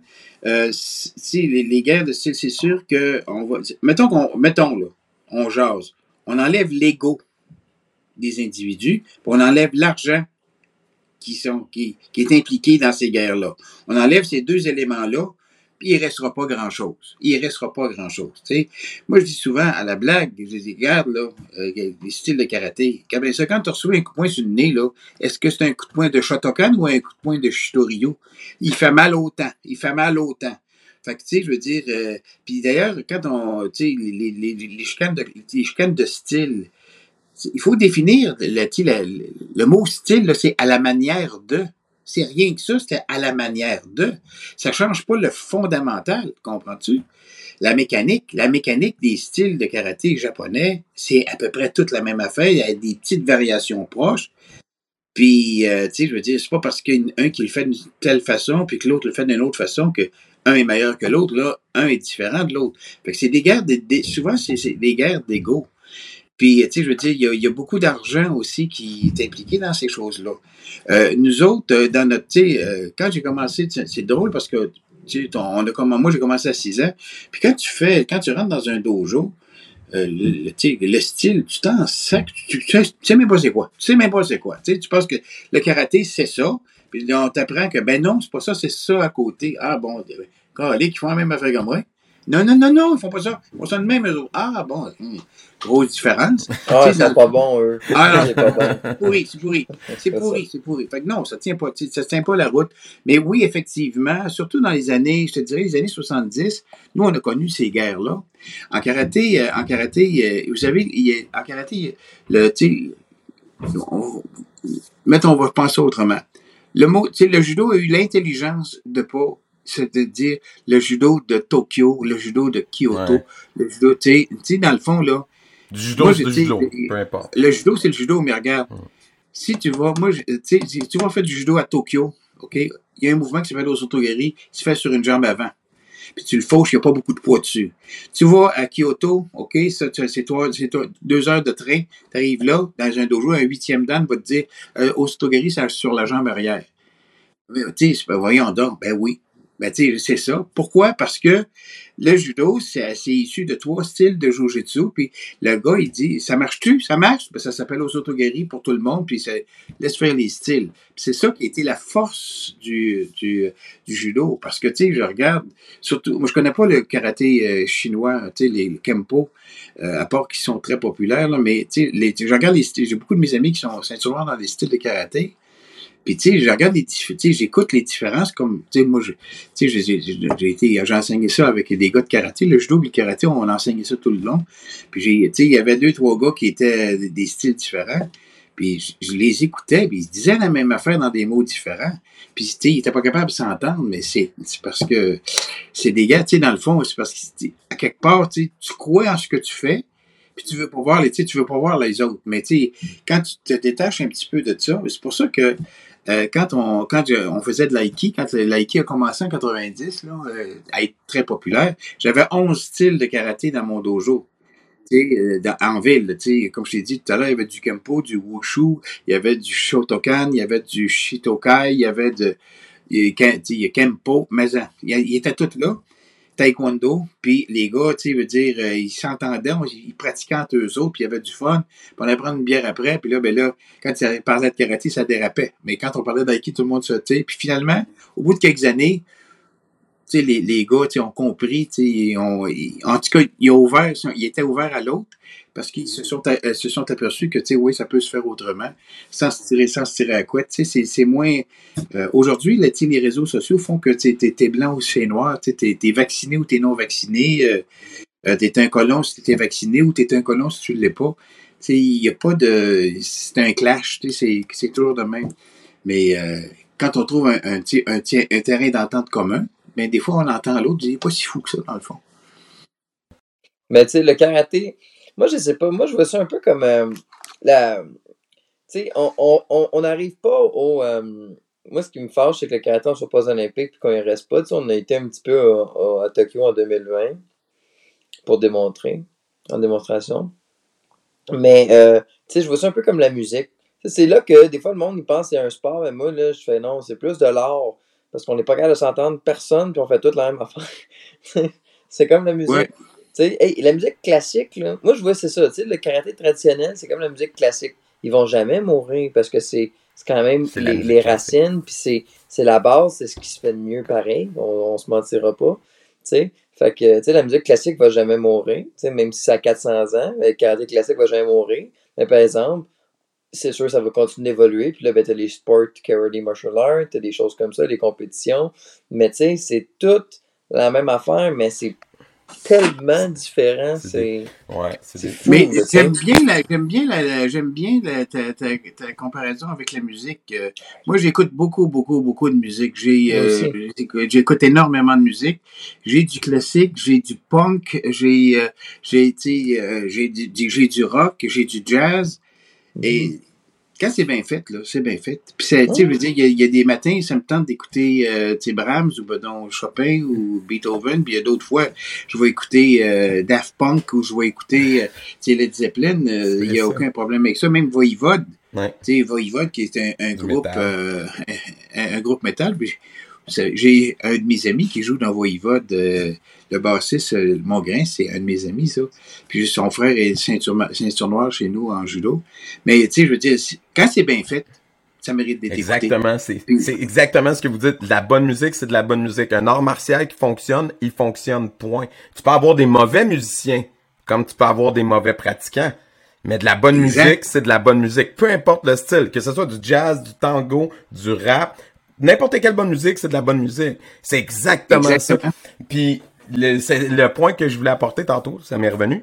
Si les guerres de style, c'est sûr que mettons là, on jase. On enlève l'ego des individus, puis on enlève l'argent qui est impliqué dans ces guerres-là. On enlève ces deux éléments-là, puis il restera pas grand-chose. T'sais. Moi, je dis souvent à la blague, je dis, regarde, là, les styles de karaté. Quand tu reçois un coup de poing sur le nez, là, est-ce que c'est un coup de poing de Shotokan ou un coup de poing de Shitoryu? Il fait mal autant. Fait que, tu sais, je veux dire, puis d'ailleurs, quand on, tu sais, les chicanes de style, il faut définir le mot style, là, c'est à la manière de. C'est rien que ça, c'était à la manière de. Ça change pas le fondamental, comprends-tu? La mécanique des styles de karaté japonais, c'est à peu près toute la même affaire. Il y a des petites variations proches. Puis, tu sais, je veux dire, c'est pas parce qu'il y a un qui le fait d'une telle façon, puis que l'autre le fait d'une autre façon, que un est meilleur que l'autre. Là, un est différent de l'autre. Fait que c'est des guerres, souvent, c'est des guerres d'ego. Puis, tu sais, je veux dire, il y a beaucoup d'argent aussi qui est impliqué dans ces choses-là. Nous autres, dans notre, tu sais, quand j'ai commencé, c'est drôle parce que, tu sais, moi, j'ai commencé à 6 ans. Puis quand tu rentres dans un dojo, le style, tu t'en sacs, tu sais même pas c'est quoi. Tu sais, tu penses que le karaté, c'est ça. Puis là, on t'apprend que, ben non, c'est pas ça, c'est ça à côté. Ah bon, les qui font la même affaire que moi. Non, ils font pas ça. Ils font ça de même, eux autres. Ah, bon, grosse différence. Ah, c'est pas bon, eux. Ah, non, c'est pas bon. C'est pourri. Fait que non, ça tient pas la route. Mais oui, effectivement, surtout dans les années 70, nous, on a connu ces guerres-là. En karaté, vous savez, en karaté, mettons, on va penser autrement. Le judo a eu l'intelligence de pas, c'est-à-dire le judo de Tokyo, le judo de Kyoto, le judo, tu sais, dans le fond, là. Du judo, c'est du judo, peu importe. Le judo, c'est le judo, mais regarde, si tu vas, si tu vas faire du judo à Tokyo, OK, il y a un mouvement qui s'appelle l'osotogari, qui se fait sur une jambe avant. Puis tu le fauches, il n'y a pas beaucoup de poids dessus. Tu vas à Kyoto, OK, ça, c'est 2 heures de train, tu arrives là, dans un dojo, un 8e dan va te dire, osotogari, c'est sur la jambe arrière. Tu sais, voyons donc, ben oui. Ben, tu sais, c'est ça. Pourquoi? Parce que le judo, c'est issu de 3 styles de jujitsu. Puis le gars, il dit, ça marche-tu? Ça marche? Ben, ça s'appelle Osoto-gari pour tout le monde. Puis ça laisse faire les styles. Puis c'est ça qui a été la force du judo. Parce que, tu sais, je regarde, surtout, moi, je connais pas le karaté chinois, tu sais, les Kempo, à part qu'ils sont très populaires, là, mais, tu sais, je regarde les styles. J'ai beaucoup de mes amis qui sont ceinture dans les styles de karaté. Puis, tu sais, je regarde j'écoute les différences comme, tu sais, moi, j'ai enseigné ça avec des gars de karaté. Le judo et le karaté, on a enseigné ça tout le long. Puis, tu sais, il y avait 2-3 gars qui étaient des styles différents. Puis, je les écoutais, puis ils disaient la même affaire dans des mots différents. Puis, tu sais, ils étaient pas capables de s'entendre, mais c'est parce que c'est des gars, tu sais, dans le fond, c'est parce que, à quelque part, tu crois en ce que tu fais, puis tu veux pas voir tu veux pas voir les autres. Mais, tu sais, quand tu te détaches un petit peu de ça, c'est pour ça que quand on faisait de l'aïki, quand l'aïki a commencé en 90 là, à être très populaire, j'avais 11 styles de karaté dans mon dojo. En ville, comme je t'ai dit tout à l'heure, il y avait du Kempo, du Wushu, il y avait du Shotokan, il y avait du Shitokai, il y avait il y a Kempo, mais il était tout là. Taekwondo, puis les gars, tu sais, veut dire, ils s'entendaient, ils pratiquaient entre eux autres, puis il y avait du fun, puis on allait prendre une bière après, puis là, quand ils parlaient de karaté, ça dérapait. Mais quand on parlait d'aïki, tout le monde se, tu sais, puis finalement, au bout de quelques années, tu sais, les gars, tu sais, ont compris, tu sais, en tout cas, ils étaient ouverts à l'autre, parce qu'ils se sont aperçus que, tu sais, oui, ça peut se faire autrement, sans se tirer à la couette, tu sais, c'est moins, aujourd'hui, là, tu sais, les réseaux sociaux font que, tu sais, t'es blanc ou c'est noir, tu sais, t'es vacciné ou t'es non vacciné, t'es un colon si t'es vacciné ou t'es un colon si tu l'es pas, tu sais, il y a pas de, c'est un clash, tu sais, c'est toujours de même, mais, quand on trouve un terrain d'entente commun, ben, des fois, on entend l'autre, il n'est pas si fou que ça, dans le fond. Mais tu sais, le karaté, moi, je sais pas, moi, je vois ça un peu comme tu sais, on n'arrive pas au... moi, ce qui me fâche, c'est que le karaté, on soit pas olympique et qu'on y reste pas. Tu sais, on a été un petit peu à Tokyo en 2020 pour démontrer, en démonstration. Mais, tu sais, je vois ça un peu comme la musique. C'est là que, des fois, le monde, il pense que c'est un sport, mais moi, là, je fais non, c'est plus de l'art. Parce qu'on n'est pas capable de s'entendre personne, puis on fait toute la même affaire. C'est comme la musique. Ouais. Tu sais, la musique classique, là, moi je vois c'est ça, tu sais, le karaté traditionnel, c'est comme la musique classique. Ils vont jamais mourir parce que c'est quand même les racines, puis c'est la base, c'est ce qui se fait de mieux pareil, on se mentira pas, tu sais. Fait que, tu sais, la musique classique va jamais mourir, tu sais, même si ça a 400 ans, le karaté classique va jamais mourir. Mais par exemple, c'est sûr, ça va continuer d'évoluer. Puis là, ben, t'as les sports, karate, martial arts, t'as des choses comme ça, les compétitions. Mais tu sais, c'est tout la même affaire, mais c'est tellement différent. C'est fou. Mais j'aime bien ta comparaison avec la musique. Moi, j'écoute beaucoup de musique. J'écoute énormément de musique. J'ai du classique, j'ai du punk, j'ai du rock, j'ai du jazz. Et quand c'est bien fait, là, c'est bien fait. Puis, tu sais, je veux dire, il y a des matins, ça me tente d'écouter Brahms ou Chopin ou Beethoven. Puis il y a d'autres fois, je vais écouter Daft Punk ou je vais écouter Led Zeppelin. Il n'y a aucun problème avec ça. Même Voivode. Ouais. Tu sais, Voivode qui est un groupe un groupe métal. Puis, j'ai un de mes amis qui joue dans Voivode, le bassiste Mongrain, c'est un de mes amis, ça. Puis son frère est ceinture noire chez nous en judo. Mais tu sais, je veux dire, quand c'est bien fait, ça mérite d'être exactement, écouté. C'est exactement ce que vous dites. De la bonne musique, c'est de la bonne musique. Un art martial qui fonctionne, il fonctionne, point. Tu peux avoir des mauvais musiciens, comme tu peux avoir des mauvais pratiquants. Mais de la bonne musique, c'est de la bonne musique. Peu importe le style, que ce soit du jazz, du tango, du rap, n'importe quelle bonne musique, c'est de la bonne musique. C'est exactement ça. Puis, c'est le point que je voulais apporter tantôt, ça m'est revenu,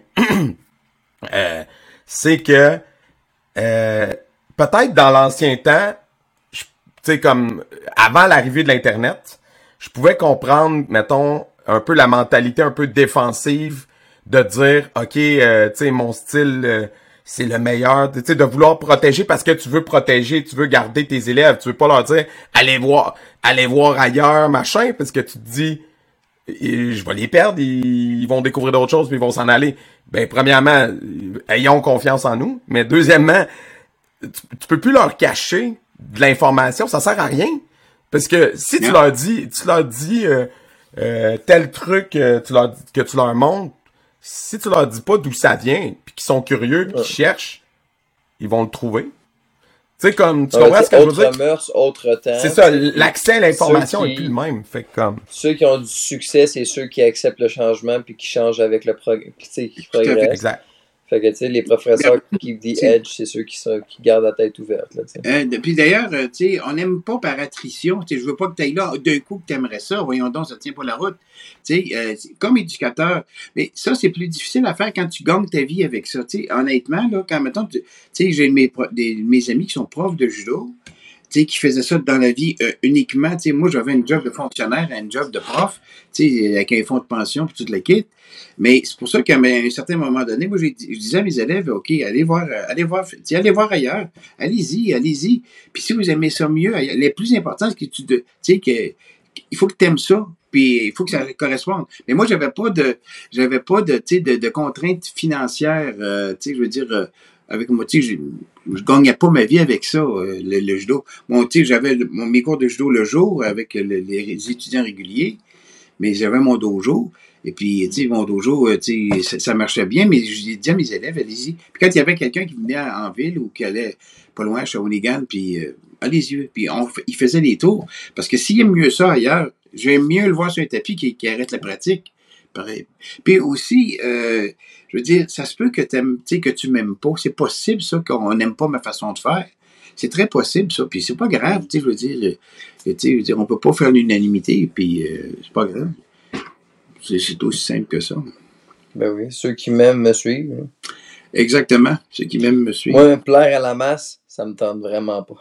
c'est que peut-être dans l'ancien temps, tu sais, comme avant l'arrivée de l'Internet, je pouvais comprendre, mettons, un peu la mentalité un peu défensive de dire, OK, tu sais, mon style... c'est le meilleur, tu sais, de vouloir protéger parce que tu veux protéger, tu veux garder tes élèves, tu veux pas leur dire allez voir ailleurs, machin, parce que tu te dis je vais les perdre, ils vont découvrir d'autres choses puis ils vont s'en aller. Ben premièrement, ayons confiance en nous, mais deuxièmement, tu peux plus leur cacher de l'information, ça sert à rien. Parce que si tu leur dis tel truc que tu leur montres, si tu leur dis pas d'où ça vient, puis qu'ils sont curieux, puis qu'ils cherchent, ils vont le trouver. Tu sais, comme, tu comprends ce que je veux dire? Autre mœurs, autre temps. C'est ça, l'accès à l'information est plus le même. Fait comme... Ceux qui ont du succès, c'est ceux qui acceptent le changement puis qui changent avec le progrès, qui progressent. Exact. Fait que, tu sais, les professeurs qui keep the edge, c'est ceux qui gardent la tête ouverte, là, tu sais. Puis d'ailleurs, tu sais, on n'aime pas par attrition. Tu sais, je veux pas que tu ailles là d'un coup que tu aimerais ça. Voyons donc, ça tient pas la route. Tu sais, comme éducateur, mais ça, c'est plus difficile à faire quand tu gagnes ta vie avec ça. Tu sais, honnêtement, là, quand, mettons, tu sais, j'ai mes amis qui sont profs de judo, tu sais, qui faisaient ça dans la vie uniquement. Tu sais, moi, j'avais un job de fonctionnaire, un job de prof, tu sais, avec un fonds de pension, puis toute la kit. Mais c'est pour ça qu'à un certain moment donné, moi, je disais à mes élèves, OK, allez voir ailleurs. Allez-y. Puis si vous aimez ça mieux, le plus important, c'est que tu sais, il faut que tu aimes ça. Puis il faut que ça corresponde. Mais moi, j'avais pas de contraintes financières, tu sais, je veux dire, avec moi, tu sais, je gagnais pas ma vie avec ça, le judo. Bon, tu sais, j'avais mes cours de judo le jour avec les étudiants réguliers, mais j'avais mon dojo. Et puis, tu sais, mon dojo, tu sais, ça marchait bien, mais je disais à mes élèves, allez-y. Puis quand il y avait quelqu'un qui venait en ville ou qui allait pas loin à Shawinigan, puis allez-y. Puis il faisait des tours. Parce que s'il aime mieux ça ailleurs, j'aime mieux le voir sur un tapis qui arrête la pratique. Pareil. Puis aussi, je veux dire, ça se peut que tu m'aimes pas. C'est possible, ça, qu'on n'aime pas ma façon de faire. C'est très possible, ça. Puis c'est pas grave, tu sais, je veux dire, on peut pas faire l'unanimité, puis c'est pas grave. C'est aussi simple que ça. Ben oui, ceux qui m'aiment me suivent. Exactement, ceux qui m'aiment me suivent. Moi, plaire à la masse, ça me tente vraiment pas.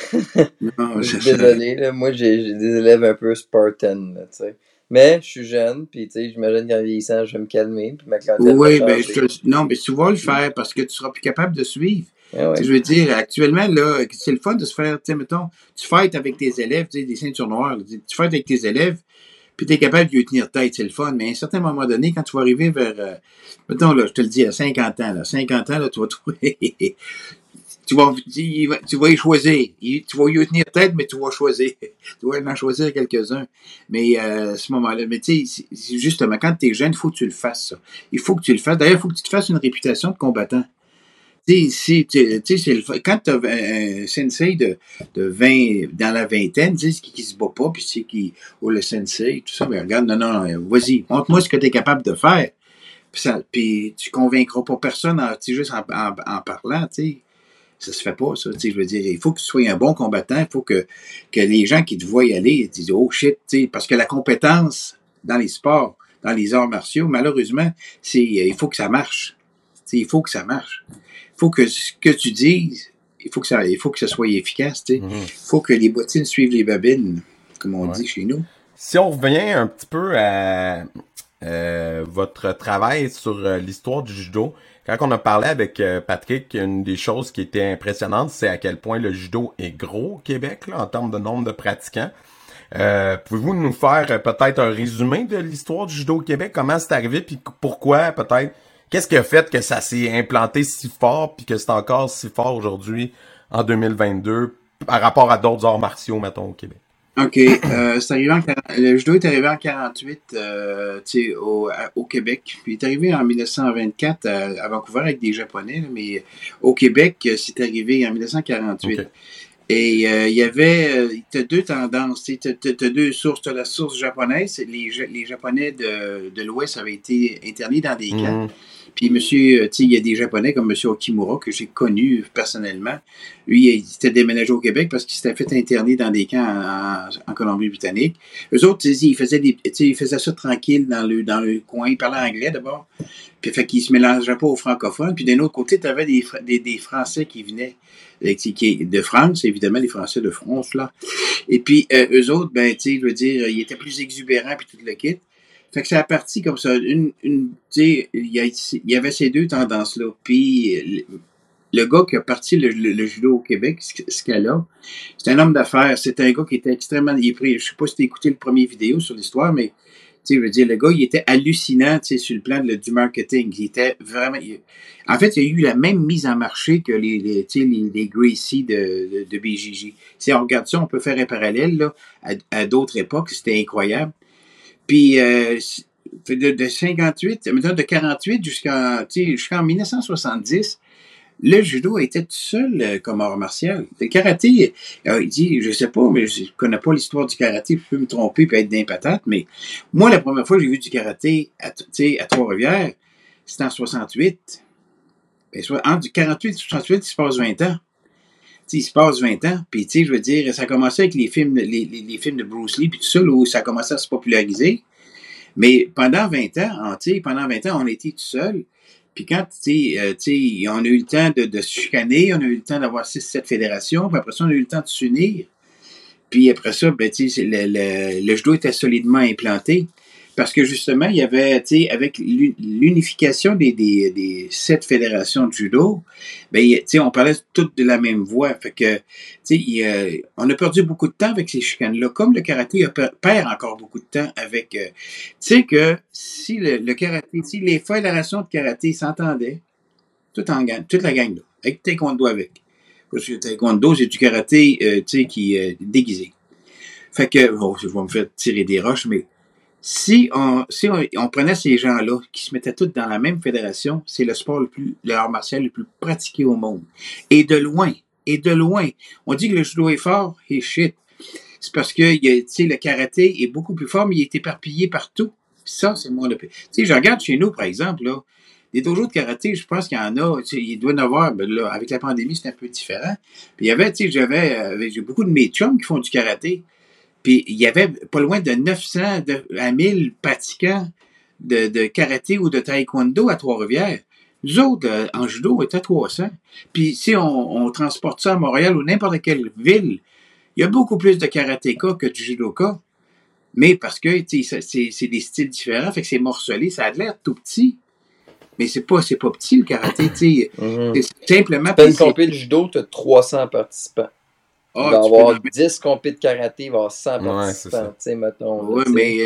Non, je suis désolé, là. Moi, j'ai des élèves un peu Spartan, tu sais. Mais je suis jeune, puis tu sais, j'imagine qu'en vieillissant, je vais me calmer, puis ma clientèle oui, va ben, changer. mais tu vas le faire parce que tu seras plus capable de suivre. Ouais. Je veux dire, actuellement, là, c'est le fun de se faire, tu sais, mettons, tu fights avec tes élèves, tu sais, des ceintures noires, tu fights avec tes élèves, puis tu es capable de lui tenir tête, c'est le fun. Mais à un certain moment donné, quand tu vas arriver vers, mettons, là, je te le dis, à 50 ans, là, tu vas trouver, tu vas y choisir. Tu vas y tenir tête, mais tu vas choisir. Tu vas en choisir quelques-uns. Mais à ce moment-là, mais tu sais, justement, quand tu es jeune, il faut que tu le fasses, ça. Il faut que tu le fasses. D'ailleurs, il faut que tu te fasses une réputation de combattant. Tu sais, quand tu as un sensei de 20, dans la vingtaine, tu sais, qui se bat pas, puis tu sais, le sensei, tout ça, ben regarde, non, vas-y, montre-moi ce que tu es capable de faire. Puis tu convaincras pas personne juste en parlant, tu sais. Ça se fait pas, ça. Tu sais, je veux dire, il faut que tu sois un bon combattant, il faut que les gens qui te voient y aller disent, oh shit, tu sais, parce que la compétence dans les sports, dans les arts martiaux, malheureusement, il faut que ça marche. Tu sais, il faut que ça marche. Il faut que ce que tu dises, il faut que ça soit efficace, tu sais. Il faut que les bottines suivent les babines, comme on dit chez nous. Si on revient un petit peu à votre travail sur l'histoire du judo, quand on a parlé avec Patrick, une des choses qui était impressionnante, c'est à quel point le judo est gros au Québec, là, en termes de nombre de pratiquants. Pouvez-vous nous faire peut-être un résumé de l'histoire du judo au Québec? Comment c'est arrivé, puis pourquoi peut-être? Qu'est-ce qui a fait que ça s'est implanté si fort, puis que c'est encore si fort aujourd'hui, en 2022, par rapport à d'autres arts martiaux, mettons, au Québec? OK. C'est arrivé le judo est arrivé en 48 au Québec. Puis il est arrivé en 1924 à Vancouver avec des Japonais, là, mais au Québec, c'est arrivé en 1948. Okay. Et il y avait t'as deux tendances, t'as deux sources. T'as la source japonaise, les Japonais de l'Ouest avaient été internés dans des camps. Puis monsieur, il y a des Japonais comme monsieur Okimura que j'ai connu personnellement. Lui, il s'était déménagé au Québec parce qu'il s'était fait interner dans des camps en Colombie-Britannique. Eux autres, ils faisaient ça tranquille dans le coin. Ils parlaient anglais d'abord. Puis fait qu'ils se mélangeaient pas aux francophones. Puis d'un autre côté, tu avais des Français qui venaient de France, évidemment, les Français de France, là. Et puis eux autres, ben, je veux dire, ils étaient plus exubérants puis tout le kit. Fait que ça a parti comme ça. Il y avait ces deux tendances-là. Puis le gars qui a parti le judo au Québec, ce cas-là, c'est un homme d'affaires. C'est un gars qui était extrêmement... Je sais pas si tu as écouté le premier vidéo sur l'histoire, mais Tu sais, je veux dire, le gars, il était hallucinant, tu sais, sur le plan du marketing. Il était vraiment... En fait, il y a eu la même mise en marché que tu sais, les Gracie de BJJ. Si on regarde ça, on peut faire un parallèle, là, à d'autres époques. C'était incroyable. Puis, de 58, mettons, de 48 jusqu'en 1970, le judo était tout seul comme art martial. Le karaté, il dit, je sais pas, mais je connais pas l'histoire du karaté, je peux me tromper et être d'un patate, mais moi, la première fois que j'ai vu du karaté à Trois-Rivières, c'était en 68. Entre 48 et 68, il se passe 20 ans. T'sais, il se passe 20 ans, puis je veux dire, ça a commencé avec les films, les films de Bruce Lee, puis tout ça, là, où ça a commencé à se populariser. Mais pendant 20 ans, on était tout seul. Puis quand, on a eu le temps de se chicaner, on a eu le temps d'avoir 6-7 fédérations, puis après ça, on a eu le temps de s'unir. Puis après ça, ben, le judo était solidement implanté. Parce que justement, il y avait, avec l'unification des 7 fédérations de judo, ben, on parlait toutes de la même voix. Fait que, on a perdu beaucoup de temps avec ces chicanes-là. Comme le karaté perd encore beaucoup de temps avec, tu sais que si le karaté, si les fédérations de karaté s'entendaient, toute la gang, là, avec taekwondo avec. Parce que taekwondo, c'est du karaté, qui est déguisé. Fait que, bon, je vais me faire tirer des roches, mais si on prenait ces gens-là, qui se mettaient tous dans la même fédération, c'est le sport le art martial le plus pratiqué au monde. Et de loin. On dit que le judo est fort, et shit. C'est parce que, le karaté est beaucoup plus fort, mais il est éparpillé partout. Ça, c'est moins le pire. Je regarde chez nous, par exemple, là, des dojos de karaté, je pense qu'il y en a, il doit y en avoir, ben là, avec la pandémie, c'est un peu différent. Puis il y avait, j'ai beaucoup de mes chums qui font du karaté. Puis il y avait pas loin de 900 à 1000 pratiquants de karaté ou de taekwondo à Trois-Rivières. Nous autres, en judo, on était à 300. Puis si on transporte ça à Montréal ou n'importe quelle ville, il y a beaucoup plus de karatéka que de judoka. Mais parce que c'est des styles différents, fait que c'est morcelé, ça a l'air tout petit. Mais c'est pas petit le karaté, C'est simplement... Tu fais une compé de judo, tu as 300 participants. Il va y avoir 10 compés de karaté, il va y avoir 100 participants, tu sais, mettons. Oui, mais...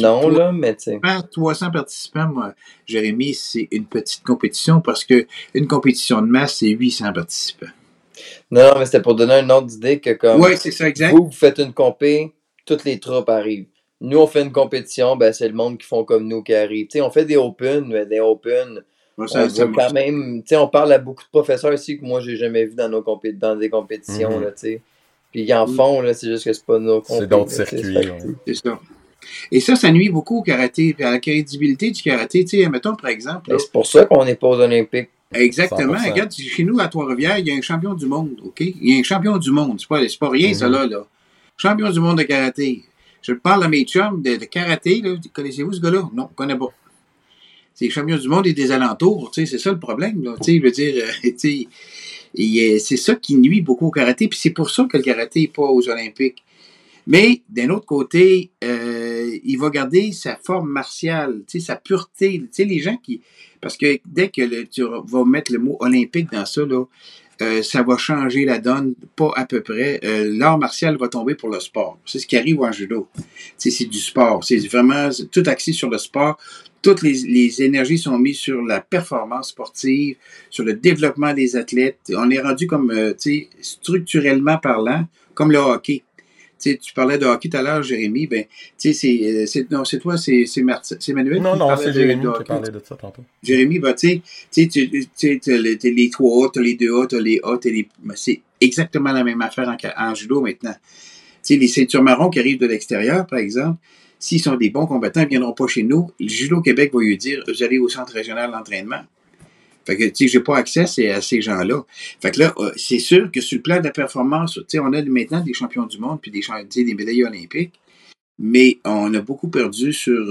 mais tu sais... 300 participants, moi, Jérémy, c'est une petite compétition parce que une compétition de masse, c'est 800 participants. Non, mais c'était pour donner un ordre d'idée que comme... Oui, c'est ça, exact. Vous faites une compé, toutes les troupes arrivent. Nous, on fait une compétition, ben c'est le monde qui font comme nous qui arrive. Tu sais, on fait des open, mais des open... on quand même, tu sais, on parle à beaucoup de professeurs ici que moi j'ai jamais vu dans des compétitions, là, tu sais. Puis ils en font, là, c'est juste que c'est pas nos compétitions. C'est d'autres circuits. C'est ça. Et ça nuit beaucoup au karaté, puis à la crédibilité du karaté, tu sais, mettons par exemple. Là, c'est pour ça qu'on n'est pas aux Olympiques. Exactement. 100%. Regarde, chez nous à Trois-Rivières, il y a un champion du monde, OK? Il y a un champion du monde, c'est pas rien ça là. Champion du monde de karaté. Je parle à mes chums de karaté, là. Connaissez-vous ce gars-là? Non, je connais pas. C'est les champions du monde et des alentours, tu sais, c'est ça le problème, là. Tu sais, je veux dire, tu sais, c'est ça qui nuit beaucoup au karaté, puis c'est pour ça que le karaté n'est pas aux Olympiques. Mais, d'un autre côté, il va garder sa forme martiale, tu sais, sa pureté. Tu sais, les gens qui... Parce que dès que tu vas mettre le mot olympique dans ça, là, ça va changer la donne, pas à peu près. L'art martial va tomber pour le sport. C'est ce qui arrive en judo. Tu sais, c'est du sport. C'est vraiment tout axé sur le sport. Toutes les énergies sont mises sur la performance sportive, sur le développement des athlètes. On est rendu comme, tu sais, structurellement parlant, comme le hockey. Tu sais, tu parlais de hockey tout à l'heure, Jérémy. Ben, tu sais, c'est toi, c'est Manuel. Non, c'est Jérémy qui parlait de ça tantôt. Jérémy, ben, tu sais, t'as les 3A, t'as les 2A, t'as les A, c'est exactement la même affaire en judo maintenant. Tu sais, les ceintures marrons qui arrivent de l'extérieur, par exemple, s'ils sont des bons combattants, ils ne viendront pas chez nous. Le Judo Québec va lui dire, vous allez au centre régional d'entraînement. Fait que, tu sais, j'ai pas accès à ces gens-là. Fait que là, c'est sûr que sur le plan de la performance, tu sais, on a maintenant des champions du monde puis des médailles olympiques, mais on a beaucoup perdu sur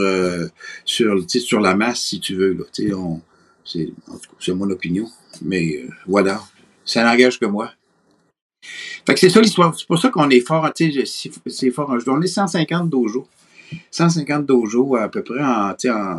la masse, si tu veux, là. Tu sais, c'est mon opinion. Mais, voilà. Ça n'engage que moi. Fait que c'est ça l'histoire. C'est pour ça qu'on est fort, tu sais, c'est fort en judo. On est 150 dojos. 150 dojos à peu près en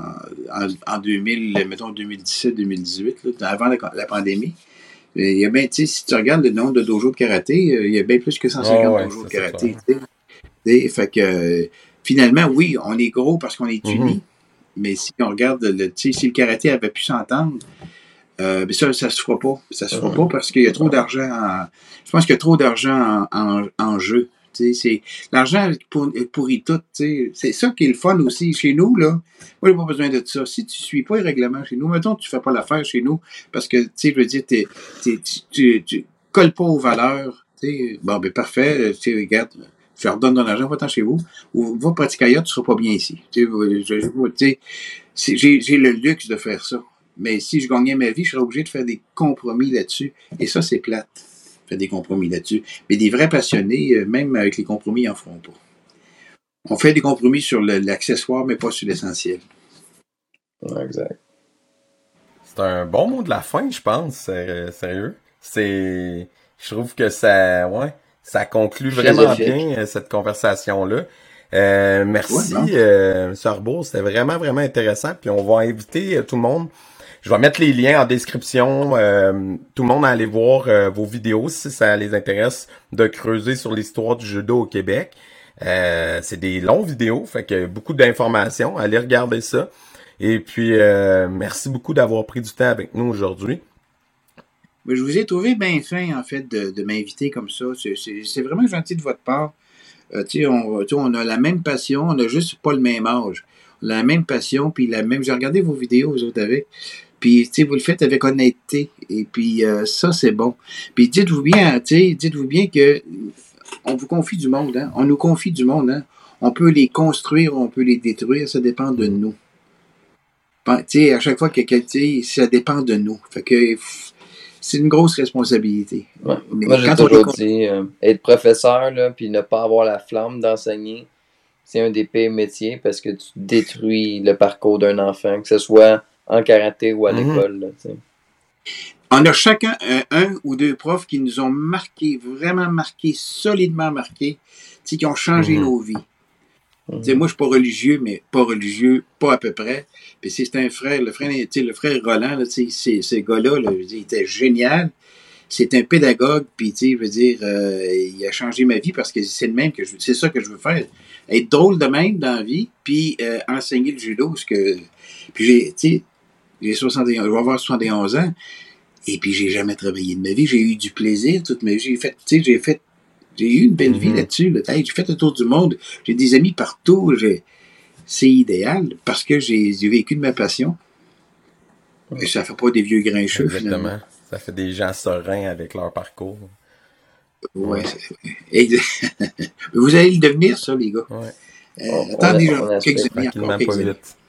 2000, mettons 2017-2018, avant la pandémie. Il y a bien, tu sais, si tu regardes le nombre de dojos de karaté, il y a bien plus que 150 dojos de karaté. Fait que finalement, oui, on est gros parce qu'on est unis, mais si on regarde, si le karaté avait pu s'entendre, mais ça se fera pas. Ça se fera pas parce qu'il y a trop d'argent je pense qu'il y a trop d'argent en jeu. L'argent pourrit tout. C'est ça qui est le fun aussi. Chez nous, là, moi, j'ai pas besoin de ça. Si tu suis pas les règlements chez nous, mettons que tu fais pas l'affaire chez nous, parce que, je veux dire, tu colles pas aux valeurs. Bon, ben parfait. Regarde, je leur donne ton argent, va-t'en chez vous. Ou va pratiquer ailleurs, tu seras pas bien ici. J'ai le luxe de faire ça. Mais si je gagnais ma vie, je serais obligé de faire des compromis là-dessus. Et ça, c'est plate. Faire des compromis là-dessus. Mais des vrais passionnés, même avec les compromis, ils n'en feront pas. On fait des compromis sur l'accessoire, mais pas sur l'essentiel. Exact. C'est un bon mot de la fin, je pense. Sérieux. Je trouve que ça conclut vraiment bien cette conversation-là. Merci, M. Arbour. C'était vraiment, vraiment intéressant. Puis on va inviter tout le monde. Je vais mettre les liens en description. Tout le monde à aller voir vos vidéos si ça les intéresse de creuser sur l'histoire du judo au Québec. C'est des longues vidéos, fait que beaucoup d'informations. Allez regarder ça. Et puis, merci beaucoup d'avoir pris du temps avec nous aujourd'hui. Mais je vous ai trouvé bien fin, en fait, de m'inviter comme ça. C'est vraiment gentil de votre part. On a la même passion, on n'a juste pas le même âge. On a la même passion, puis j'ai regardé vos vidéos, vous autres, avec. Puis, vous le faites avec honnêteté. Et puis, ça, c'est bon. Puis, dites-vous bien que on vous confie du monde, hein. On nous confie du monde, hein. On peut les construire, on peut les détruire, ça dépend de nous. À chaque fois que ça dépend de nous. Fait que c'est une grosse responsabilité. Ouais. Moi, j'ai toujours dit, être professeur, là, puis ne pas avoir la flamme d'enseigner, c'est un des pires métiers parce que tu détruis le parcours d'un enfant, que ce soit en karaté ou à l'école. Là, on a chacun un ou deux profs qui nous ont marqué, vraiment marqué, solidement marqué, qui ont changé nos vies. Moi, je suis pas religieux, mais pas religieux, pas à peu près. Puis c'est un frère, le frère Roland, là, ce gars-là, là, il était génial. C'est un pédagogue, puis je veux dire, il a changé ma vie parce que c'est le même c'est ça que je veux faire. Être drôle de même dans la vie, puis enseigner le judo, puis j'ai 71, je vais avoir 71 ans, et puis j'ai jamais travaillé de ma vie, j'ai eu du plaisir toute ma vie, j'ai eu une belle vie là-dessus, là. J'ai fait le tour du monde, j'ai des amis partout, c'est idéal, parce que j'ai vécu de ma passion, et ça fait pas des vieux grincheux. Exactement. Finalement. Ça fait des gens sereins avec leur parcours. Ouais. Vous allez le devenir, ça, les gars. Ouais. Attendez, quelques années encore. Pas vite.